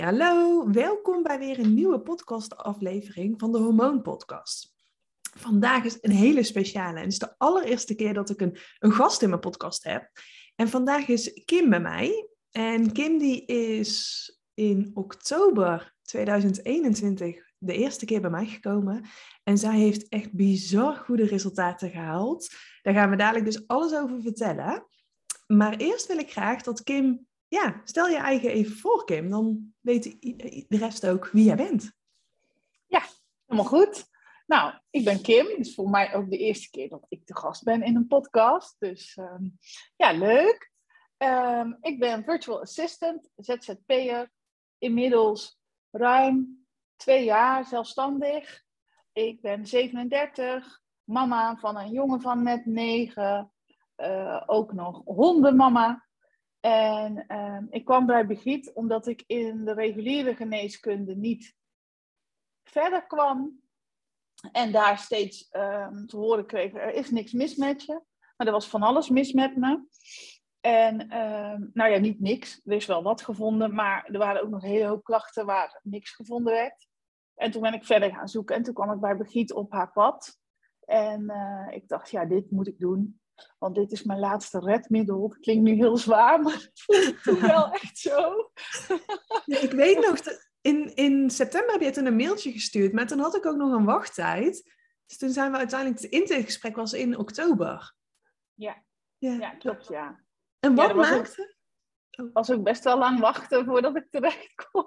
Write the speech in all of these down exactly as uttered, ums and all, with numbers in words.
Hallo, welkom bij weer een nieuwe podcastaflevering van de Hormoon Podcast. Vandaag is een hele speciale en het is de allereerste keer dat ik een, een gast in mijn podcast heb. En vandaag is Kim bij mij. En Kim die is in oktober tweeduizend eenentwintig de eerste keer bij mij gekomen. En zij heeft echt bizar goede resultaten gehaald. Daar gaan we dadelijk dus alles over vertellen. Maar eerst wil ik graag dat Kim... Ja, stel je eigen even voor, Kim. Dan weet de rest ook wie jij bent. Ja, helemaal goed. Nou, ik ben Kim. Het is voor mij ook de eerste keer dat ik de gast ben in een podcast. Dus um, ja, leuk. Um, ik ben virtual assistant, Z Z P'er. Inmiddels ruim twee jaar zelfstandig. Ik ben zevenendertig. Mama van een jongen van net negen. Uh, ook nog hondenmama. En uh, ik kwam bij Brigitte omdat ik in de reguliere geneeskunde niet verder kwam. En daar steeds uh, te horen kreeg, er is niks mis met je. Maar er was van alles mis met me. En uh, nou ja, niet niks. Er is wel wat gevonden. Maar er waren ook nog een hele hoop klachten waar niks gevonden werd. En toen ben ik verder gaan zoeken. En toen kwam ik bij Brigitte op haar pad. En uh, ik dacht, ja, dit moet ik doen. Want dit is mijn laatste redmiddel. Het klinkt nu heel zwaar, maar het voelde toen wel echt zo. Ja, ik weet nog, dat in, in september heb je toen een mailtje gestuurd. Maar toen had ik ook nog een wachttijd. Dus toen zijn we uiteindelijk... Het intakegesprek was in oktober. Ja, ja. ja klopt, ja. En wat ja, was maakte... Het oh. was ook best wel lang wachten voordat ik terecht kon.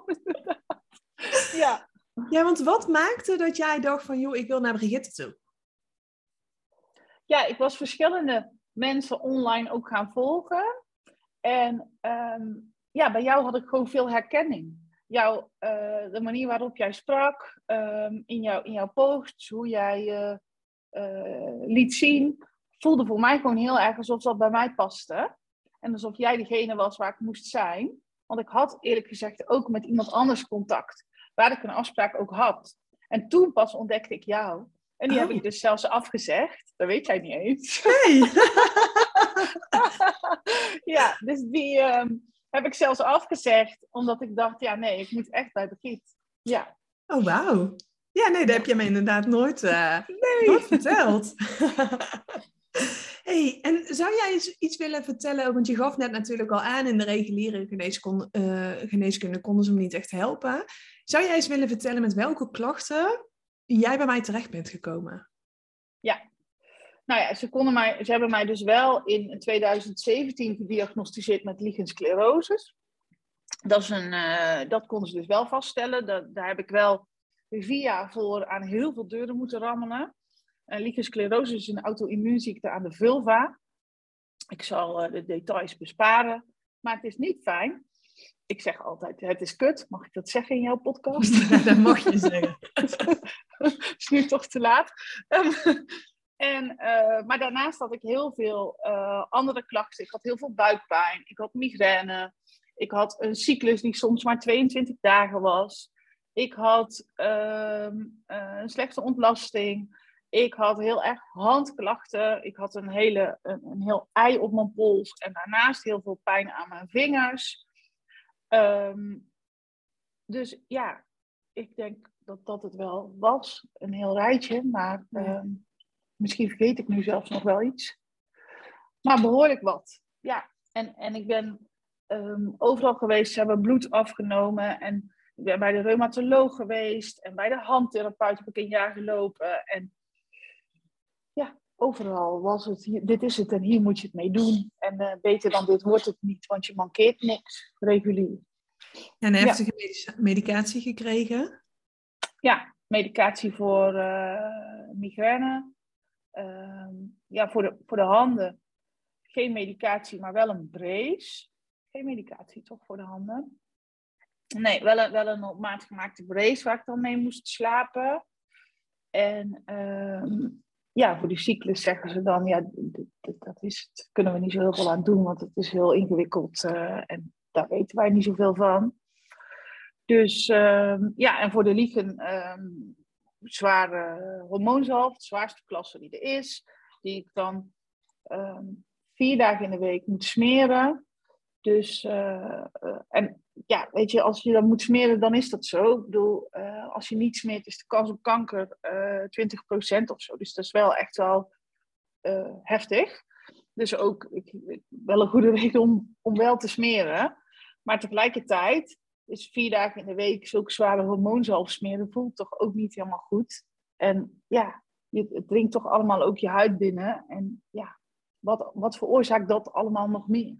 ja. ja, want wat maakte dat jij dacht van... joh, ik wil naar Brigitte toe? Ja, ik was verschillende mensen online ook gaan volgen. En um, ja, bij jou had ik gewoon veel herkenning. Jouw, uh, de manier waarop jij sprak, um, in, jou, in jouw posts, hoe jij uh, uh, liet zien, voelde voor mij gewoon heel erg alsof dat bij mij paste. En alsof jij degene was waar ik moest zijn. Want ik had eerlijk gezegd ook met iemand anders contact, waar ik een afspraak ook had. En toen pas ontdekte ik jou. En die oh. heb ik dus zelfs afgezegd. Dat weet jij niet eens. Hey. ja, dus die um, heb ik zelfs afgezegd. Omdat ik dacht, ja nee, ik moet echt bij Brigitte. Ja. Oh, wauw. Ja, nee, dat heb je me inderdaad nooit, uh, nee. nooit verteld. hey, en zou jij eens iets willen vertellen? Want je gaf net natuurlijk al aan, in de reguliere geneeskunde, uh, geneeskunde konden ze me niet echt helpen. Zou jij eens willen vertellen met welke klachten jij bij mij terecht bent gekomen? Ja. Nou ja, ze, konden mij, ze hebben mij dus wel in tweeduizend zeventien gediagnosticeerd met lichen sclerosis. Dat, is een, uh, dat konden ze dus wel vaststellen. Dat, daar heb ik wel vier jaar voor aan heel veel deuren moeten rammelen. Uh, lichen sclerosis is een auto-immuunziekte aan de vulva. Ik zal uh, de details besparen, maar het is niet fijn. Ik zeg altijd, het is kut. Mag ik dat zeggen in jouw podcast? Ja, dat mag je zeggen. Het is nu toch te laat. Um, En, uh, maar daarnaast had ik heel veel uh, andere klachten. Ik had heel veel buikpijn. Ik had migraine. Ik had een cyclus die soms maar tweeëntwintig dagen was. Ik had uh, uh, een slechte ontlasting. Ik had heel erg handklachten. Ik had een, hele, een, een heel ei op mijn pols. En daarnaast heel veel pijn aan mijn vingers. Um, dus ja, ik denk dat dat het wel was. Een heel rijtje, maar... Um, Misschien vergeet ik nu zelfs nog wel iets. Maar behoorlijk wat. Ja, en, en ik ben um, overal geweest. Ze hebben bloed afgenomen. En ik ben bij de reumatoloog geweest. En bij de handtherapeut heb ik een jaar gelopen. En ja, overal was het. Hier, dit is het en hier moet je het mee doen. En uh, beter dan dit wordt het niet. Want je mankeert niks. Regulier. En heeft ja. ze medicatie gekregen? Ja, medicatie voor uh, migraine. Uh, ja, voor de, voor de handen geen medicatie, maar wel een brace. Geen medicatie toch voor de handen? Nee, wel een, wel een op maat gemaakte brace waar ik dan mee moest slapen. En uh, ja, voor die cyclus zeggen ze dan, ja, d- d- dat is het. Kunnen we niet zo heel veel aan doen, want het is heel ingewikkeld uh, en daar weten wij niet zoveel van. Dus uh, ja, en voor de lichen... Uh, zware hormoonzalf, de zwaarste klasse die er is, die ik dan um, vier dagen in de week moet smeren. Dus, uh, uh, en ja, weet je, als je dat moet smeren, dan is dat zo. Ik bedoel, uh, als je niet smeert, is de kans op kanker uh, twintig procent of zo. Dus dat is wel echt wel uh, heftig. Dus ook ik, ik, wel een goede reden om, om wel te smeren. Maar tegelijkertijd is vier dagen in de week zulke zware hormoonzalf smeren voelt toch ook niet helemaal goed. En ja, het, het dringt toch allemaal ook je huid binnen. En ja, wat, wat veroorzaakt dat allemaal nog meer?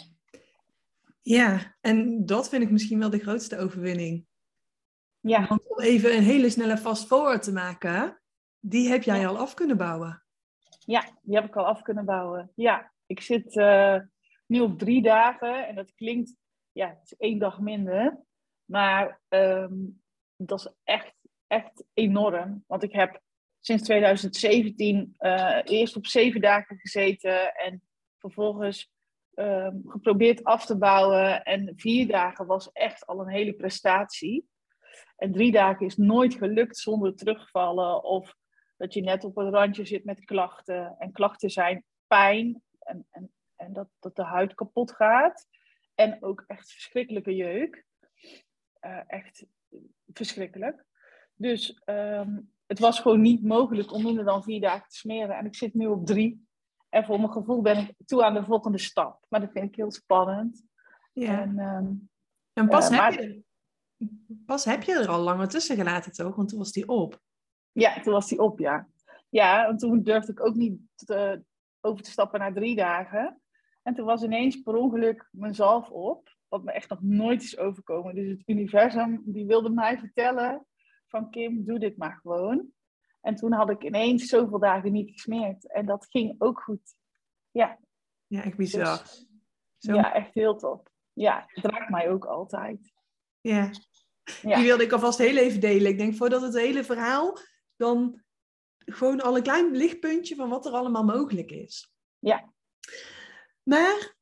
Ja, en dat vind ik misschien wel de grootste overwinning. Ja. Want om even een hele snelle fast forward te maken, die heb jij ja. al af kunnen bouwen. Ja, die heb ik al af kunnen bouwen. Ja, ik zit uh, nu op drie dagen en dat klinkt, ja, het is één dag minder. Maar um, dat is echt, echt enorm. Want ik heb sinds twintig zeventien uh, eerst op zeven dagen gezeten en vervolgens um, geprobeerd af te bouwen. En vier dagen was echt al een hele prestatie. En drie dagen is nooit gelukt zonder terugvallen of dat je net op een randje zit met klachten. En klachten zijn pijn en, en, en dat, dat de huid kapot gaat. En ook echt verschrikkelijke jeuk. Uh, echt verschrikkelijk. Dus um, het was gewoon niet mogelijk om minder dan vier dagen te smeren. En ik zit nu op drie. En voor mijn gevoel ben ik toe aan de volgende stap. Maar dat vind ik heel spannend. Ja. En, um, en pas, uh, heb maar... je er, pas heb je er al langer tussen gelaten, toch? Want toen was die op. Ja, toen was die op, ja. Ja, en toen durfde ik ook niet te, over te stappen naar drie dagen. En toen was ineens per ongeluk mijn zalf op. Wat me echt nog nooit is overkomen. Dus het universum, die wilde mij vertellen van Kim, doe dit maar gewoon. En toen had ik ineens zoveel dagen niet gesmeerd. En dat ging ook goed. Ja. Ja, echt bizar. Dus, Zo... Ja, echt heel top. Ja, het raakt mij ook altijd. Ja. Ja. Die wilde ik alvast heel even delen. Ik denk voordat het hele verhaal, dan gewoon al een klein lichtpuntje van wat er allemaal mogelijk is. Ja. Maar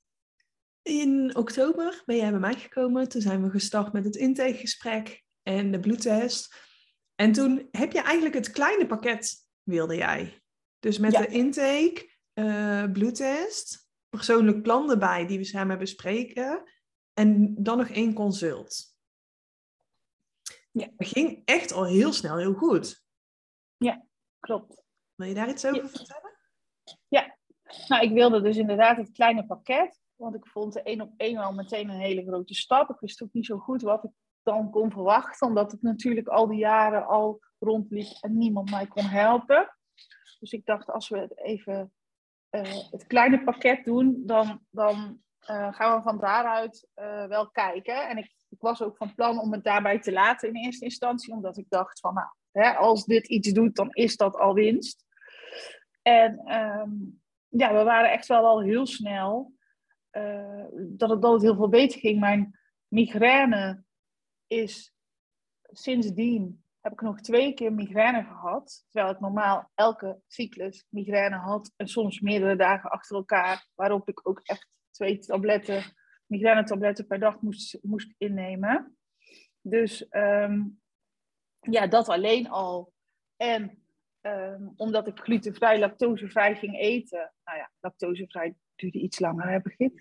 in oktober ben jij bij mij gekomen. Toen zijn we gestart met het intakegesprek en de bloedtest. En toen heb je eigenlijk het kleine pakket, wilde jij. Dus met ja. de intake, uh, bloedtest, persoonlijk plan erbij die we samen bespreken. En dan nog één consult. Ja. Het ging echt al heel snel heel goed. Ja, klopt. Wil je daar iets over ja. vertellen? Ja, nou ik wilde dus inderdaad het kleine pakket. Want ik vond de één op één al meteen een hele grote stap. Ik wist ook niet zo goed wat ik dan kon verwachten. Omdat het natuurlijk al die jaren al rondliep en niemand mij kon helpen. Dus ik dacht, als we het even uh, het kleine pakket doen, dan, dan uh, gaan we van daaruit uh, wel kijken. En ik, ik was ook van plan om het daarbij te laten in eerste instantie. Omdat ik dacht van, nou, hè, als dit iets doet, dan is dat al winst. En um, ja, we waren echt wel al heel snel uh, dat, het, dat het heel veel beter ging. Mijn migraine is sindsdien, heb ik nog twee keer migraine gehad. Terwijl ik normaal elke cyclus migraine had. En soms meerdere dagen achter elkaar. Waarop ik ook echt twee tabletten, migraine tabletten per dag moest, moest innemen. Dus um, ja, dat alleen al. En Um, omdat ik glutenvrij, lactosevrij ging eten. Nou ja, lactosevrij duurde iets langer, hè, begin.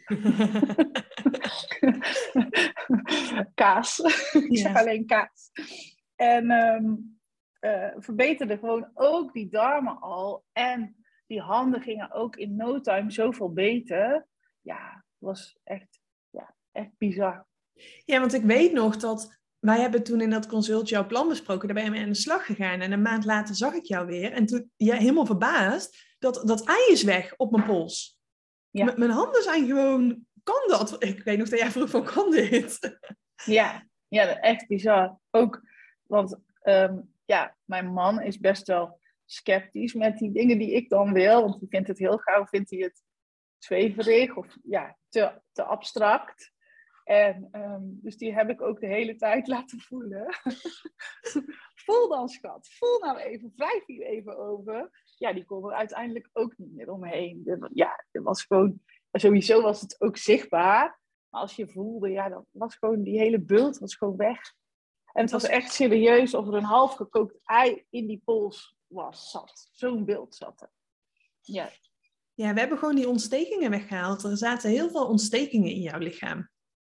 Kaas. Ik zeg alleen kaas. En um, uh, verbeterde gewoon ook die darmen al. En die handen gingen ook in no time zoveel beter. Ja, het was echt, ja, echt bizar. Ja, want ik weet nog dat... Wij hebben toen in dat consult jouw plan besproken. Daar ben je mee aan de slag gegaan. En een maand later zag ik jou weer. En toen, ja, helemaal verbaasd. Dat, dat ei is weg op mijn pols. Ja. M- mijn handen zijn gewoon... Kan dat? Ik weet nog dat jij vroeg van, kan dit? Ja, ja, echt bizar. Ook, want um, ja, mijn man is best wel sceptisch met die dingen die ik dan wil. Want die vindt het heel gauw, vindt hij het zweverig of ja, te, te abstract. En um, dus die heb ik ook de hele tijd laten voelen. Voel dan, schat. Voel nou even. Wrijf hier even over. Ja, die kon er uiteindelijk ook niet meer omheen. Ja, het was gewoon... Sowieso was het ook zichtbaar. Maar als je voelde, ja, dan was gewoon... Die hele bult was gewoon weg. En het was echt serieus of er een half gekookt ei in die pols was, zat. Zo'n beeld zat er. Ja. Ja, we hebben gewoon die ontstekingen weggehaald. Er zaten heel veel ontstekingen in jouw lichaam.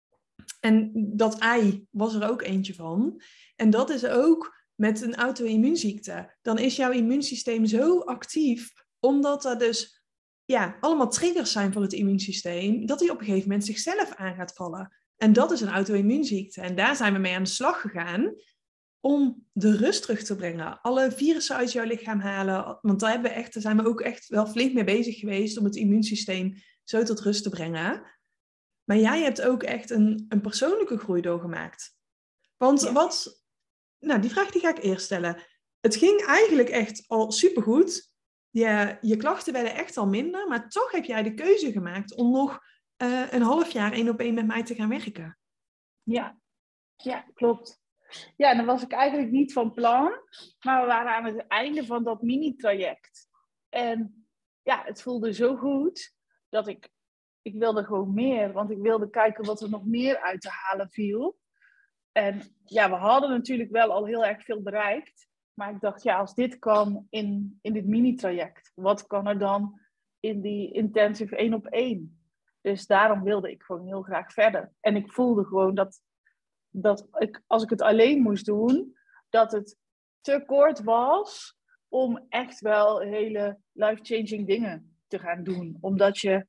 En dat ei was er ook eentje van. En dat is ook met een auto-immuunziekte. Dan is jouw immuunsysteem zo actief, omdat er dus ja, allemaal triggers zijn voor het immuunsysteem, dat hij op een gegeven moment zichzelf aan gaat vallen. En dat is een auto-immuunziekte. En daar zijn we mee aan de slag gegaan om de rust terug te brengen. Alle virussen uit jouw lichaam halen. Want daar, hebben we echt, daar zijn we ook echt wel flink mee bezig geweest om het immuunsysteem zo tot rust te brengen. Maar jij hebt ook echt een, een persoonlijke groei doorgemaakt. Want ja. wat... Nou, die vraag die ga ik eerst stellen. Het ging eigenlijk echt al supergoed. Je, je klachten werden echt al minder. Maar toch heb jij de keuze gemaakt om nog uh, een half jaar één op één met mij te gaan werken. Ja, ja, klopt. Ja, dan was ik eigenlijk niet van plan. Maar we waren aan het einde van dat mini-traject. En ja, het voelde zo goed dat ik... Ik wilde gewoon meer, want ik wilde kijken wat er nog meer uit te halen viel. En ja, we hadden natuurlijk wel al heel erg veel bereikt. Maar ik dacht, ja, als dit kan in, in dit mini-traject, wat kan er dan in die intensive één op één? Dus daarom wilde ik gewoon heel graag verder. En ik voelde gewoon dat, dat ik, als ik het alleen moest doen, dat het te kort was om echt wel hele life-changing dingen te gaan doen. Omdat je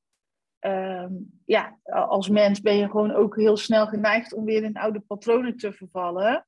Um, ja, als mens ben je gewoon ook heel snel geneigd om weer in oude patronen te vervallen.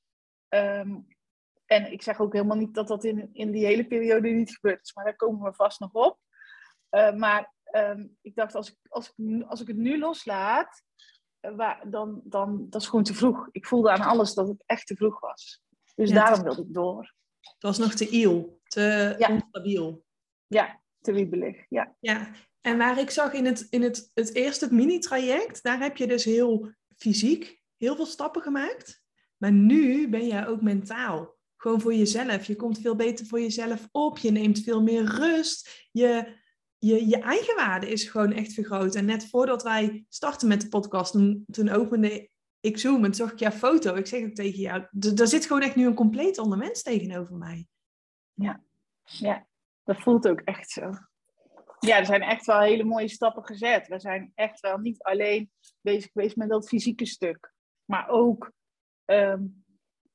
Um, en ik zeg ook helemaal niet dat dat in, in die hele periode niet gebeurd is, maar daar komen we vast nog op. Uh, maar um, ik dacht, als ik, als, ik, als ik het nu loslaat, uh, waar, dan, dan dat is gewoon te vroeg. Ik voelde aan alles dat het echt te vroeg was. Dus ja, daarom wilde ik door. Het was nog te iel, te ja. onstabiel. Ja, te wiebelig, ja. Ja. En waar ik zag in het, in het, het eerste het mini-traject, daar heb je dus heel fysiek heel veel stappen gemaakt. Maar nu ben jij ook mentaal. Gewoon voor jezelf. Je komt veel beter voor jezelf op. Je neemt veel meer rust. Je, je, je eigenwaarde is gewoon echt vergroot. En net voordat wij starten met de podcast, toen, toen opende ik Zoom en zag ik jouw foto. Ik zeg ook tegen jou, d- er zit gewoon echt nu een compleet ander mens tegenover mij. Ja, ja, dat voelt ook echt zo. Ja, er zijn echt wel hele mooie stappen gezet. We zijn echt wel niet alleen bezig geweest met dat fysieke stuk. Maar ook um,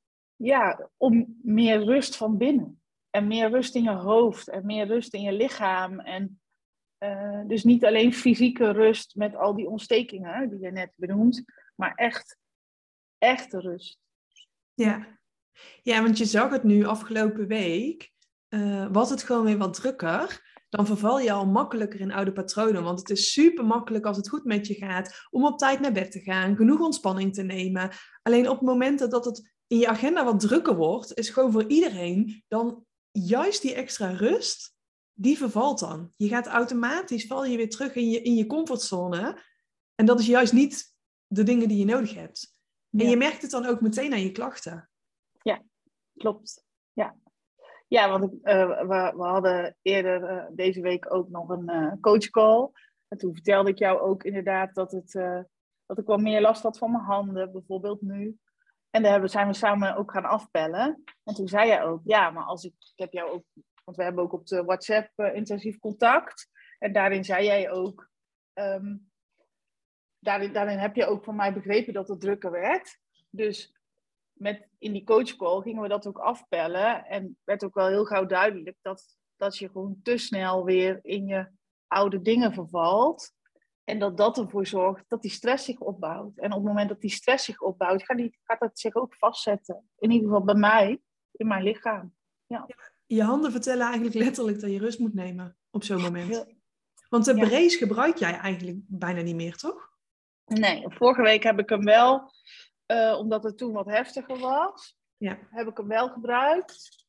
ja, om meer rust van binnen. En meer rust in je hoofd. En meer rust in je lichaam. En uh, dus niet alleen fysieke rust met al die ontstekingen die je net benoemt. Maar echt, echte rust. Ja. Ja, want je zag het nu afgelopen week. Uh, was het gewoon weer wat drukker. Dan verval je al makkelijker in oude patronen. Want het is super makkelijk als het goed met je gaat om op tijd naar bed te gaan, genoeg ontspanning te nemen. Alleen op momenten dat het in je agenda wat drukker wordt, is gewoon voor iedereen dan juist die extra rust, die vervalt dan. Je gaat automatisch, val je weer terug in je, in je comfortzone. En dat is juist niet de dingen die je nodig hebt. En ja. Je merkt het dan ook meteen aan je klachten. Ja, klopt. Ja. Ja, want uh, we, we hadden eerder uh, deze week ook nog een uh, coachcall. En toen vertelde ik jou ook inderdaad dat, het, uh, dat ik wel meer last had van mijn handen, bijvoorbeeld nu. En daar hebben, zijn we samen ook gaan afbellen. En toen zei jij ook, ja, maar als ik, ik heb jou ook, want we hebben ook op de WhatsApp uh, intensief contact. En daarin zei jij ook, um, daarin, daarin heb je ook van mij begrepen dat het drukker werd. Dus met, in die coachcall gingen we dat ook afbellen. En werd ook wel heel gauw duidelijk dat, dat je gewoon te snel weer in je oude dingen vervalt. En dat dat ervoor zorgt dat die stress zich opbouwt. En op het moment dat die stress zich opbouwt, gaat, die, gaat dat zich ook vastzetten. In ieder geval bij mij, in mijn lichaam. Ja. Je handen vertellen eigenlijk letterlijk dat je rust moet nemen op zo'n moment. Ja. Want de ja. brace gebruik jij eigenlijk bijna niet meer, toch? Nee, vorige week heb ik hem wel... Uh, omdat het toen wat heftiger was, ja. heb ik hem wel gebruikt.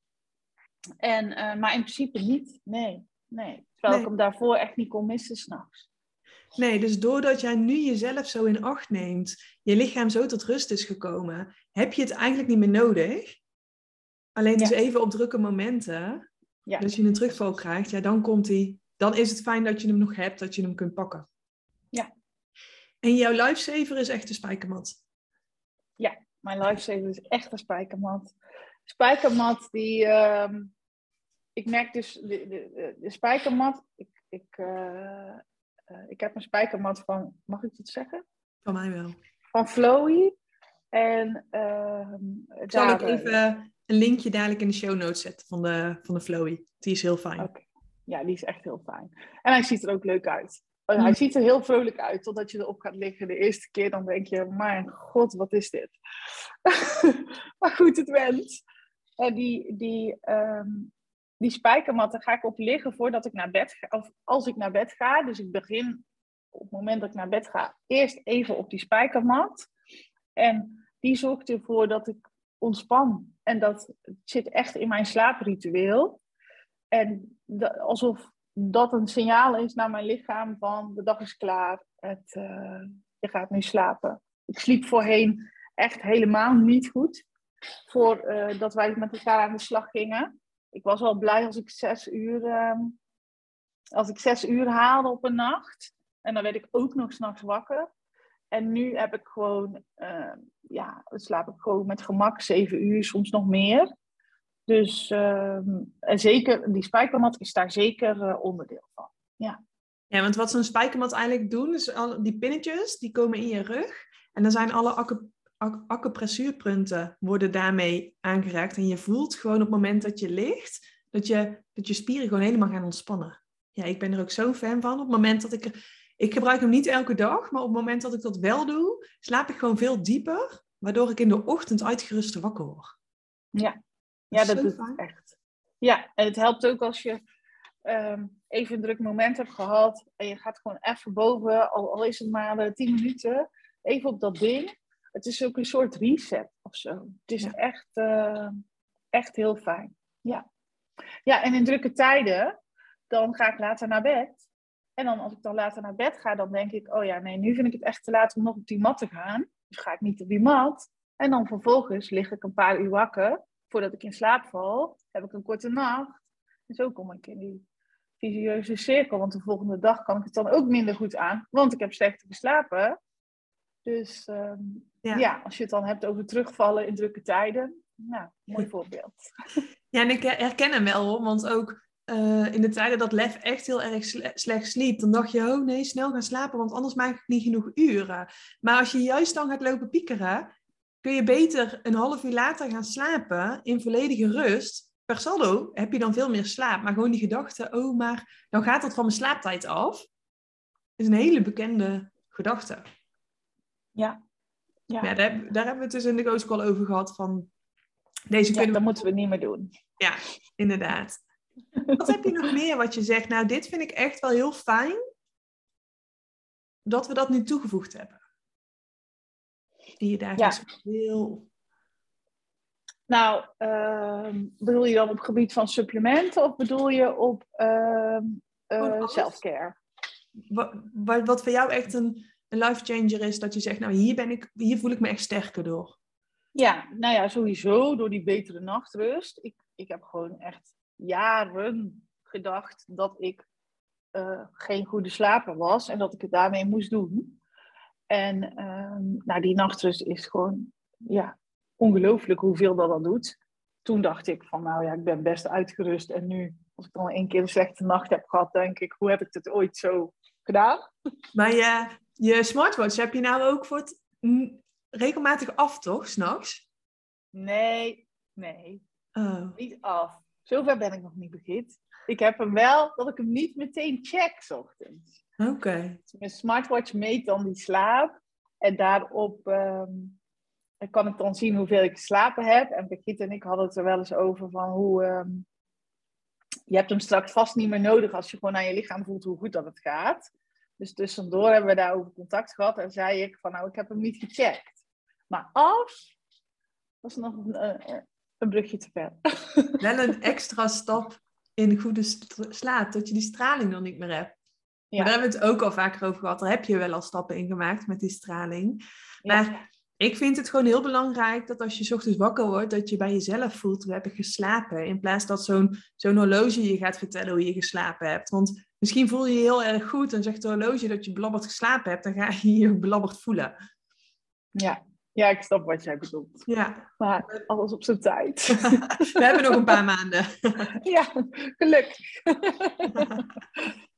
En, uh, maar in principe niet, nee. nee. Terwijl nee. ik hem daarvoor echt niet kon missen 's nachts. Nee, dus doordat jij nu jezelf zo in acht neemt, je lichaam zo tot rust is gekomen, heb je het eigenlijk niet meer nodig. Alleen dus ja. even op drukke momenten, ja. dat je een terugval krijgt, ja, dan komt hij. Dan is het fijn dat je hem nog hebt, dat je hem kunt pakken. Ja. En jouw lifesaver is echt de spijkermat. Ja, mijn lifesaver is echt een spijkermat. Spijkermat die... Uh, ik merk dus... De, de, de spijkermat... Ik, Ik, uh, uh, ik heb een spijkermat van, mag ik dat zeggen? Van mij wel. Van Flowy. En uh, ik zal daar, ook even uh, een linkje dadelijk in de show notes zetten van de, van de Flowy. Die is heel fijn. Okay. Ja, die is echt heel fijn. En hij ziet er ook leuk uit. Uh, mm. Hij ziet er heel vrolijk uit, totdat je erop gaat liggen. De eerste keer dan denk je, mijn god, wat is dit? Maar goed, het went. En die, die, um, die spijkermat, daar ga ik op liggen voordat ik naar bed ga. Of als ik naar bed ga. Dus ik begin op het moment dat ik naar bed ga, eerst even op die spijkermat. En die zorgt ervoor dat ik ontspan. En dat zit echt in mijn slaapritueel. En de, alsof dat een signaal is naar mijn lichaam van de dag is klaar. Het, uh, je gaat nu slapen. Ik sliep voorheen echt helemaal niet goed. Voordat uh, wij met elkaar aan de slag gingen. Ik was wel blij als ik zes uur, uh, als ik zes uur haalde op een nacht. En dan werd ik ook nog 's nachts wakker. En nu heb ik gewoon, uh, ja, slaap ik gewoon met gemak zeven uur, soms nog meer. Dus uh, en zeker, die spijkermat is daar zeker uh, onderdeel van. Ja. Ja, want wat zo'n spijkermat eigenlijk doen, is al die pinnetjes, die komen in je rug. En dan zijn alle acu- ac- acupressuurpunten worden daarmee aangeraakt. En je voelt gewoon op het moment dat je ligt, dat je, dat je spieren gewoon helemaal gaan ontspannen. Ja, ik ben er ook zo'n fan van. Op het moment dat ik er... Ik gebruik hem niet elke dag, maar op het moment dat ik dat wel doe, slaap ik gewoon veel dieper, waardoor ik in de ochtend uitgerust wakker word. Ja, ja, dat, dat doet fijn. het echt. Ja, en het helpt ook als je um, even een druk moment hebt gehad en je gaat gewoon even boven, al, al is het maar uh, tien minuten, even op dat ding. Het is ook een soort reset of zo. Het is ja. echt, uh, echt heel fijn. Ja. Ja, en in drukke tijden, dan ga ik later naar bed. En dan als ik dan later naar bed ga, dan denk ik, oh ja, nee, nu vind ik het echt te laat om nog op die mat te gaan. Dus ga ik niet op die mat. En dan vervolgens lig ik een paar uur wakker. Voordat ik in slaap val, heb ik een korte nacht. En zo kom ik in die vicieuze cirkel. Want de volgende dag kan ik het dan ook minder goed aan. Want ik heb slechter geslapen. Dus um, ja. ja, als je het dan hebt over terugvallen in drukke tijden. Nou, mooi voorbeeld. Ja, en ik herken hem wel hoor, want ook... Uh, in de tijden dat Lef echt heel erg sle- slecht sliep, dan dacht je, oh nee, snel gaan slapen, want anders maak ik niet genoeg uren. Maar als je juist dan gaat lopen piekeren, kun je beter een half uur later gaan slapen in volledige rust. Per saldo heb je dan veel meer slaap, maar gewoon die gedachte, oh, maar dan gaat het van mijn slaaptijd af, is een hele bekende gedachte. Ja. Ja, ja daar, daar hebben we het dus in de Ghost Call over gehad, van deze kunnen ja, dat we... moeten we niet meer doen. Ja, inderdaad. Wat heb je nog meer wat je zegt? Nou, dit vind ik echt wel heel fijn dat we dat nu toegevoegd hebben. Die je dagelijks ja. wil. Nou, uh, bedoel je dan op het gebied van supplementen of bedoel je op uh, uh, self-care? Wat, wat, wat voor jou echt een, een life changer is, dat je zegt, nou hier ben ik, hier voel ik me echt sterker door. Ja, nou ja, sowieso door die betere nachtrust. Ik, ik heb gewoon echt jaren gedacht dat ik uh, geen goede slaper was en dat ik het daarmee moest doen. En um, nou, die nachtrust is gewoon, ja, ongelooflijk hoeveel dat dat doet. Toen dacht ik van, nou ja, ik ben best uitgerust. En nu, als ik dan een keer een slechte nacht heb gehad, denk ik, hoe heb ik dit ooit zo gedaan? Maar je, je smartwatch heb je nou ook voor het n- regelmatig af, toch, 's nachts? Nee, nee, oh. niet af. Zover ben ik nog niet, Brigitte. Ik heb hem wel, dat ik hem niet meteen check 's ochtends. Oké. Okay. Mijn smartwatch meet dan die slaap. En daarop um, kan ik dan zien hoeveel ik geslapen heb. En Brigitte en ik hadden het er wel eens over van hoe... Um, je hebt hem straks vast niet meer nodig als je gewoon aan je lichaam voelt hoe goed dat het gaat. Dus tussendoor hebben we daarover contact gehad. En zei ik van, nou, ik heb hem niet gecheckt. Maar af was nog een, uh, een brugje te ver. Wel een extra stap in goede slaap, dat je die straling dan niet meer hebt. Ja. Maar daar hebben we het ook al vaker over gehad. Daar heb je wel al stappen in gemaakt met die straling. Maar ja. Ik vind het gewoon heel belangrijk dat als je 's ochtends wakker wordt, dat je bij jezelf voelt, we hebben geslapen. In plaats dat zo'n, zo'n horloge je gaat vertellen hoe je geslapen hebt. Want misschien voel je je heel erg goed en zegt de horloge dat je belabberd geslapen hebt, dan ga je je belabberd voelen. Ja. Ja, ik snap wat jij bedoelt. Ja. Maar alles op zijn tijd. We hebben nog een paar maanden. Ja, gelukkig.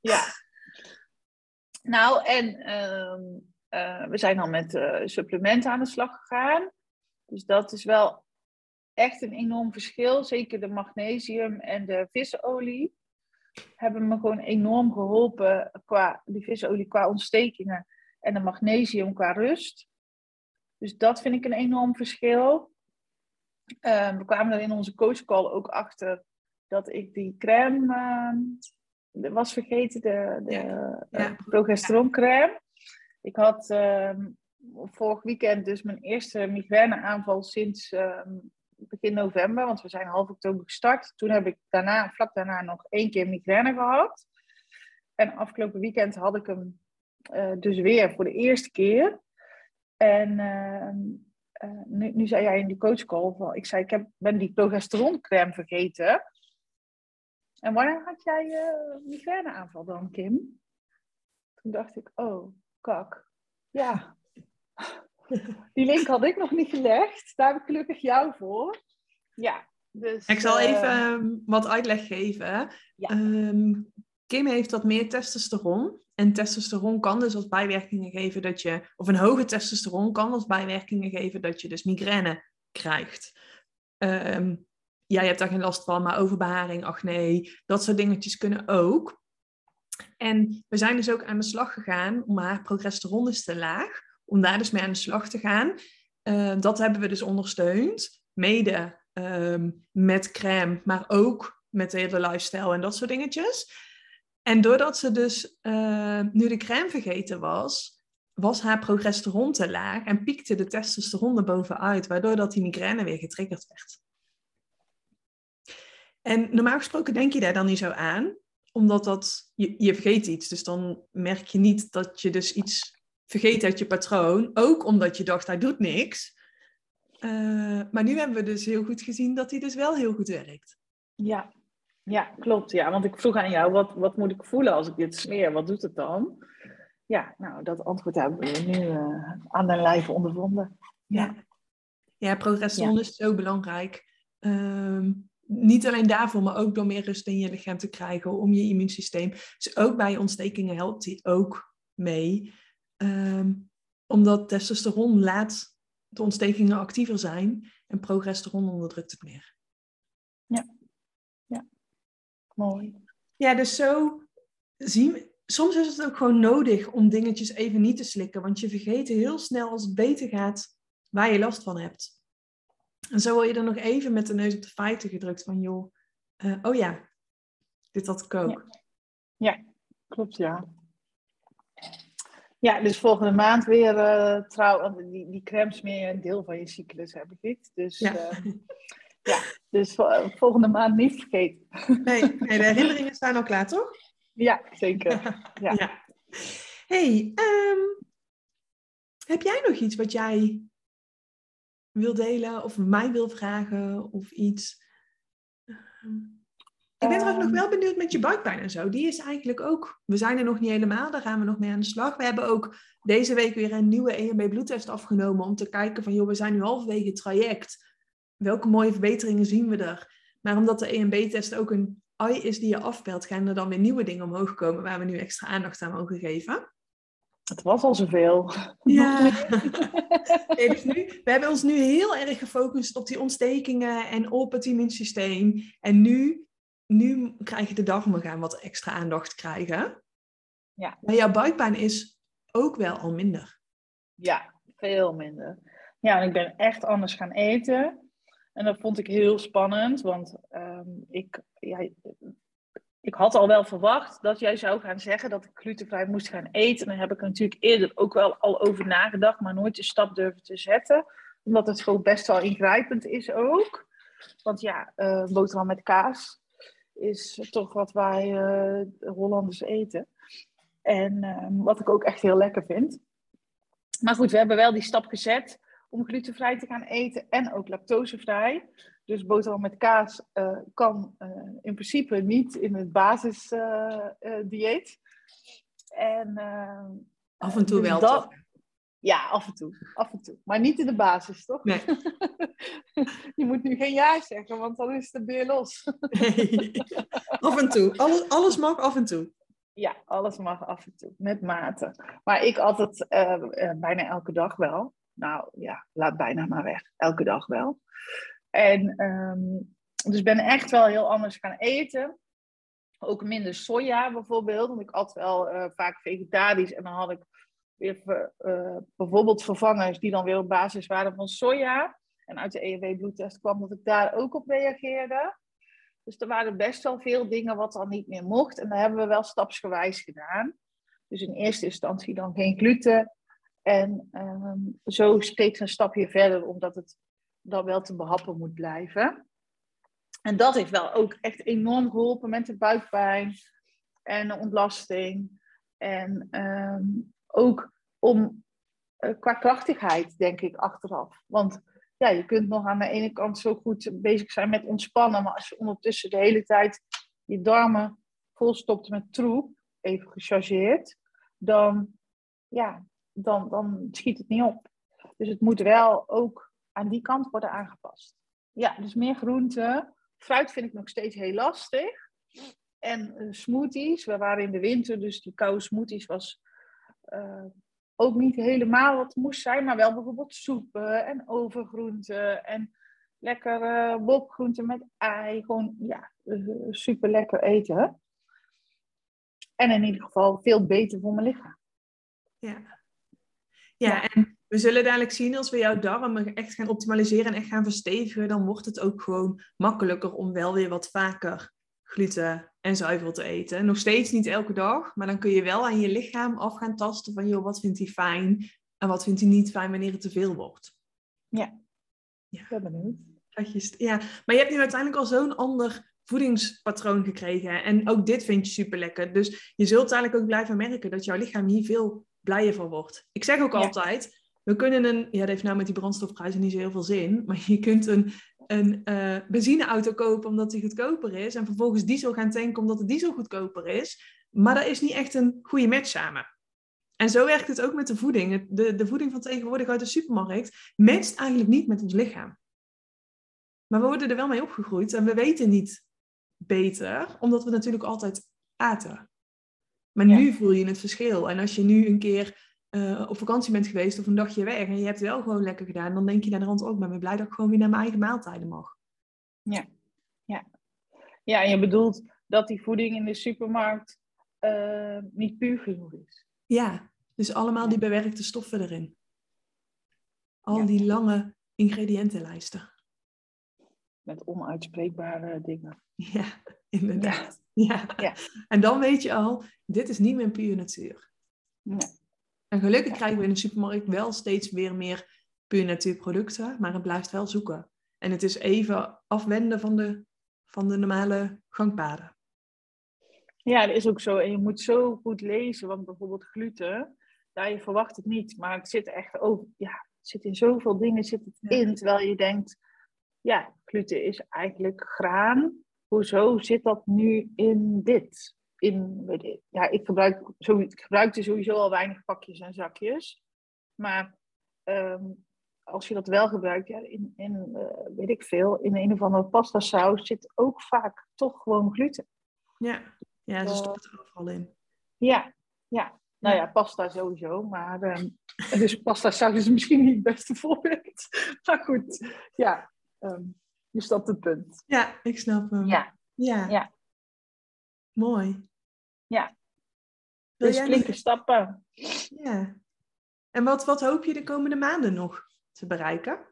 Ja. Nou, en um, uh, we zijn al met uh, supplementen aan de slag gegaan. Dus dat is wel echt een enorm verschil. Zeker de magnesium en de visolie hebben me gewoon enorm geholpen qua die visolie qua ontstekingen en de magnesium qua rust. Dus dat vind ik een enorm verschil. Uh, we kwamen er in onze coachcall ook achter dat ik die crème uh, was vergeten, de, de ja. uh, Ja. progesterooncrème. Ik had uh, vorig weekend dus mijn eerste migraineaanval sinds uh, begin november, want we zijn half oktober gestart. Toen heb ik daarna, vlak daarna nog één keer migraine gehad. En afgelopen weekend had ik hem uh, dus weer voor de eerste keer. En uh, uh, nu, nu zei jij in die coachcall, van, ik zei ik heb, ben die progesterooncrème vergeten. En wanneer had jij je uh, migraineaanval dan, Kim? Toen dacht ik, oh, kak. Ja. Die link had ik nog niet gelegd. Daar heb ik gelukkig jou voor. Ja, dus... Ik zal uh, even um, wat uitleg geven. Ja. Um, Kim heeft wat meer testosteron. En testosteron kan dus als bijwerkingen geven dat je... Of een hoge testosteron kan als bijwerkingen geven dat je dus migraine krijgt. Um, ja, je hebt daar geen last van, maar overbeharing, acne, dat soort dingetjes kunnen ook. En we zijn dus ook aan de slag gegaan om haar progesteron is te laag. Om daar dus mee aan de slag te gaan. Uh, dat hebben we dus ondersteund. Mede um, met crème, maar ook met de hele lifestyle en dat soort dingetjes. En doordat ze dus uh, nu de crème vergeten was, was haar progesteron te laag en piekte de testosteron er bovenuit, waardoor dat die migraine weer getriggerd werd. En normaal gesproken denk je daar dan niet zo aan, omdat dat, je, je vergeet iets, dus dan merk je niet dat je dus iets vergeet uit je patroon, ook omdat je dacht, hij doet niks. Uh, maar nu hebben we dus heel goed gezien dat hij dus wel heel goed werkt. Ja, ja klopt. Ja. Want ik vroeg aan jou, wat, wat moet ik voelen als ik dit smeer? Wat doet het dan? Ja, nou, dat antwoord hebben we nu uh, aan den lijve ondervonden. Ja, ja, ja progesteron ja. is zo belangrijk. Um, niet alleen daarvoor, maar ook door meer rust in je lichaam te krijgen, om je immuunsysteem. Dus ook bij ontstekingen helpt hij ook mee. Um, omdat testosteron laat de ontstekingen actiever zijn en progesteron onderdrukt het meer. Ja, ja. Mooi. Ja, dus zo zien we, soms is het ook gewoon nodig om dingetjes even niet te slikken, want je vergeet heel snel als het beter gaat waar je last van hebt. En zo word je dan nog even met de neus op de feiten gedrukt van joh, uh, oh ja, dit had ik ook. Ja, ja klopt ja. Ja, dus volgende maand weer uh, trouw, die, die crème smeer je een deel van je cyclus, heb ik het. Dus ja, uh, ja dus uh, volgende maand niet vergeten. Nee, nee, de herinneringen staan al klaar, toch? Ja, zeker. Ja. Ja. Hey, um, heb jij nog iets wat jij wil delen of mij wil vragen of iets? Um, Ik ben trouwens nog wel benieuwd met je buikpijn en zo. Die is eigenlijk ook... We zijn er nog niet helemaal, daar gaan we nog mee aan de slag. We hebben ook deze week weer een nieuwe E M B bloedtest afgenomen om te kijken van, joh, we zijn nu halverwege het traject. Welke mooie verbeteringen zien we er? Maar omdat de E M B-test ook een ai is die je afpelt, gaan er dan weer nieuwe dingen omhoog komen waar we nu extra aandacht aan mogen geven. Het was al zoveel. Ja. Nee, dus nu, we hebben ons nu heel erg gefocust op die ontstekingen en op het immuunsysteem. En nu... Nu krijgen de darmen gaan wat extra aandacht krijgen. Ja. Maar jouw buikpijn is ook wel al minder. Ja, veel minder. Ja, en ik ben echt anders gaan eten. En dat vond ik heel spannend. Want um, ik, ja, ik had al wel verwacht dat jij zou gaan zeggen dat ik glutenvrij moest gaan eten. En daar heb ik natuurlijk eerder ook wel al over nagedacht. Maar nooit de stap durven te zetten. Omdat het gewoon best wel ingrijpend is ook. Want ja, uh, boterham met kaas is toch wat wij uh, Hollanders eten. En uh, wat ik ook echt heel lekker vind. Maar goed, we hebben wel die stap gezet om glutenvrij te gaan eten en ook lactosevrij. Dus boterham met kaas uh, kan uh, in principe niet in het basisdieet. Uh, uh, en uh, af en toe dus wel dat, toch? Ja, af en toe. Af en toe. Maar niet in de basis, toch? Nee. Je moet nu geen ja zeggen, want dan is de beer los. Nee. Af en toe. Alles, alles mag af en toe. Ja, alles mag af en toe, met mate. Maar ik altijd uh, uh, bijna elke dag wel. Nou ja, laat bijna maar weg. Elke dag wel. En um, dus ben echt wel heel anders gaan eten. Ook minder soja bijvoorbeeld. Want ik at wel uh, vaak vegetarisch. En dan had ik weer uh, bijvoorbeeld vervangers die dan weer op basis waren van soja. En uit de E M W-bloedtest kwam dat ik daar ook op reageerde. Dus er waren best wel veel dingen wat dan niet meer mocht. En dat hebben we wel stapsgewijs gedaan. Dus in eerste instantie dan geen gluten. En um, zo steeds een stapje verder, omdat het dan wel te behappen moet blijven. En dat heeft wel ook echt enorm geholpen met de buikpijn en de ontlasting. En um, ook om uh, qua krachtigheid, denk ik, achteraf. Want ja, je kunt nog aan de ene kant zo goed bezig zijn met ontspannen, maar als je ondertussen de hele tijd je darmen volstopt met troep, even gechargeerd, dan, ja, dan, dan schiet het niet op. Dus het moet wel ook aan die kant worden aangepast. Ja, dus meer groenten. Fruit vind ik nog steeds heel lastig. En uh, smoothies, we waren in de winter, dus die koude smoothies was uh, ook niet helemaal wat het moest zijn, maar wel bijvoorbeeld soepen en overgroenten en lekkere uh, wokgroenten met ei. Gewoon, ja, uh, super lekker eten. En in ieder geval veel beter voor mijn lichaam. Ja. Ja, en we zullen dadelijk zien als we jouw darmen echt gaan optimaliseren en echt gaan verstevigen, dan wordt het ook gewoon makkelijker om wel weer wat vaker gluten en zuivel te eten. Nog steeds niet elke dag, maar dan kun je wel aan je lichaam af gaan tasten van, joh, wat vindt hij fijn en wat vindt hij niet fijn wanneer het te veel wordt. Ja, ja. Ben benieuwd. Ja, maar je hebt nu uiteindelijk al zo'n ander voedingspatroon gekregen en ook dit vind je super lekker. Dus je zult eigenlijk ook blijven merken dat jouw lichaam hier veel blijer van wordt. Ik zeg ook ja. altijd, we kunnen een, ja dat heeft nou met die brandstofprijzen niet zo heel veel zin, maar je kunt een, een uh, benzineauto kopen omdat die goedkoper is en vervolgens diesel gaan tanken omdat de diesel goedkoper is, maar dat is niet echt een goede match samen. En zo werkt het ook met de voeding. De, de voeding van tegenwoordig uit de supermarkt matcht eigenlijk niet met ons lichaam. Maar we worden er wel mee opgegroeid en we weten niet beter, omdat we natuurlijk altijd aten. Maar ja. Nu voel je het verschil. En als je nu een keer uh, op vakantie bent geweest of een dagje weg en je hebt het wel gewoon lekker gedaan, dan denk je naar de rand ook, ben ik blij dat ik gewoon weer naar mijn eigen maaltijden mag. Ja, ja. Ja, en je bedoelt dat die voeding in de supermarkt uh, niet puur genoeg is. Ja, dus allemaal ja. die bewerkte stoffen erin. Al ja. die lange ingrediëntenlijsten. Met onuitspreekbare dingen. Ja, inderdaad. Ja. Ja. Ja. En dan weet je al, dit is niet meer puur natuur. Nee. En gelukkig ja. krijgen we in de supermarkt wel steeds weer meer puur natuurproducten, maar het blijft wel zoeken. En het is even afwenden van de, van de normale gangpaden. Ja, dat is ook zo. En je moet zo goed lezen, want bijvoorbeeld gluten, ja, je verwacht het niet, maar het zit echt over, ja, het zit in zoveel dingen zit het ja. in, terwijl je denkt, ja, gluten is eigenlijk graan. Hoezo zit dat nu in dit? In, weet ik, ja, ik gebruik, zo, ik gebruikte sowieso al weinig pakjes en zakjes. Maar um, als je dat wel gebruikt, ja, in, in uh, weet ik veel, in een of andere pasta saus zit ook vaak toch gewoon gluten. Ja, ja ze stoppen er overal in. Ja, ja. Nou ja, pasta sowieso, maar um, dus pasta saus is misschien niet het beste voorbeeld. Maar goed, ja. Um, Dus dat het punt. Ja, ik snap hem. Ja. Ja. ja. Mooi. Ja. Wil dus jij flinke nog... stappen. Ja. En wat, wat hoop je de komende maanden nog te bereiken?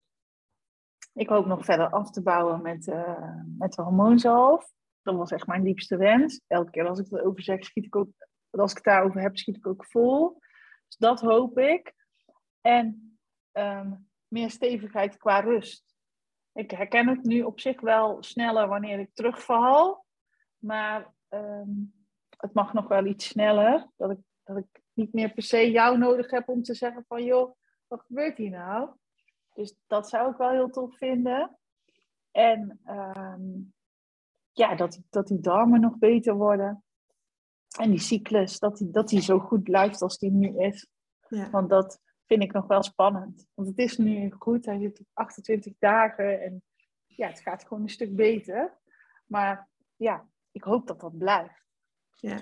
Ik hoop nog verder af te bouwen met, uh, met de hormoonzalf. Dat was echt mijn diepste wens. Elke keer als ik het over zeg, schiet ik ook, als ik het daarover heb, schiet ik ook vol. Dus dat hoop ik. En um, meer stevigheid qua rust. Ik herken het nu op zich wel sneller wanneer ik terugval. Maar um, het mag nog wel iets sneller. Dat ik, dat ik niet meer per se jou nodig heb om te zeggen van, joh, wat gebeurt hier nou? Dus dat zou ik wel heel tof vinden. En um, ja, dat, dat die darmen nog beter worden. En die cyclus, dat die, dat die zo goed blijft als die nu is. Ja. Want dat vind ik nog wel spannend. Want het is nu goed, hij zit op achtentwintig dagen en ja, het gaat gewoon een stuk beter. Maar ja, ik hoop dat dat blijft. Ja.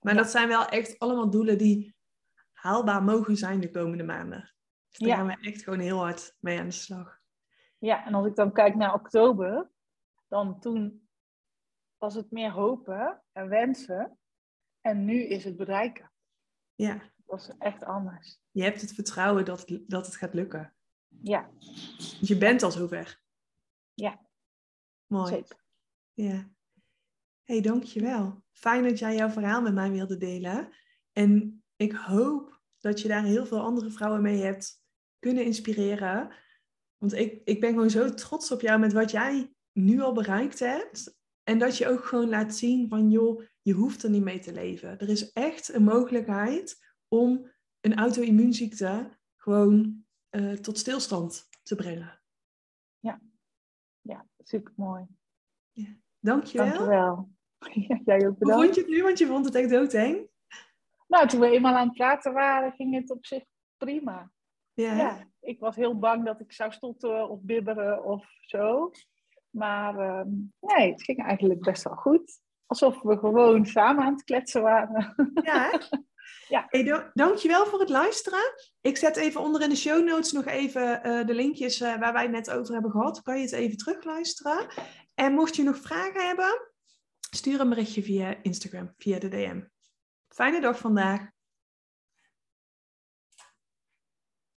Maar Ja. dat zijn wel echt allemaal doelen die haalbaar mogen zijn de komende maanden. Dus daar Ja. gaan we echt gewoon heel hard mee aan de slag. Ja, en als ik dan kijk naar oktober, dan toen was het meer hopen en wensen. En nu is het bereiken. Ja, Dat is echt anders. je hebt het vertrouwen dat het, dat het gaat lukken. Ja, Want je bent al zover. Ja. Mooi. zeker. Ja. Hey, dankjewel. Fijn dat jij jouw verhaal met mij wilde delen. En ik hoop dat je daar heel veel andere vrouwen mee hebt kunnen inspireren. Want ik, ik ben gewoon zo trots op jou met wat jij nu al bereikt hebt. En dat je ook gewoon laat zien van, joh, je hoeft er niet mee te leven. Er is echt een mogelijkheid om een auto-immuunziekte gewoon uh, tot stilstand te brengen. Ja, ja, supermooi. Ja. Dankjewel. Dankjewel. Ja, jij ook bedankt. Hoe vond je het nu? Want je vond het echt doodeng. Nou, toen we eenmaal aan het praten waren, ging het op zich prima. Ja. Ja, ik was heel bang dat ik zou stotteren of bibberen of zo. Maar uh, nee, het ging eigenlijk best wel goed. Alsof we gewoon samen aan het kletsen waren. Ja, hè? Ja. Hey, do- dankjewel voor het luisteren. Ik zet even onder in de show notes nog even uh, de linkjes uh, waar wij het net over hebben gehad. Kan je het even terugluisteren. En mocht je nog vragen hebben, stuur een berichtje via Instagram, via de D M. Fijne dag vandaag.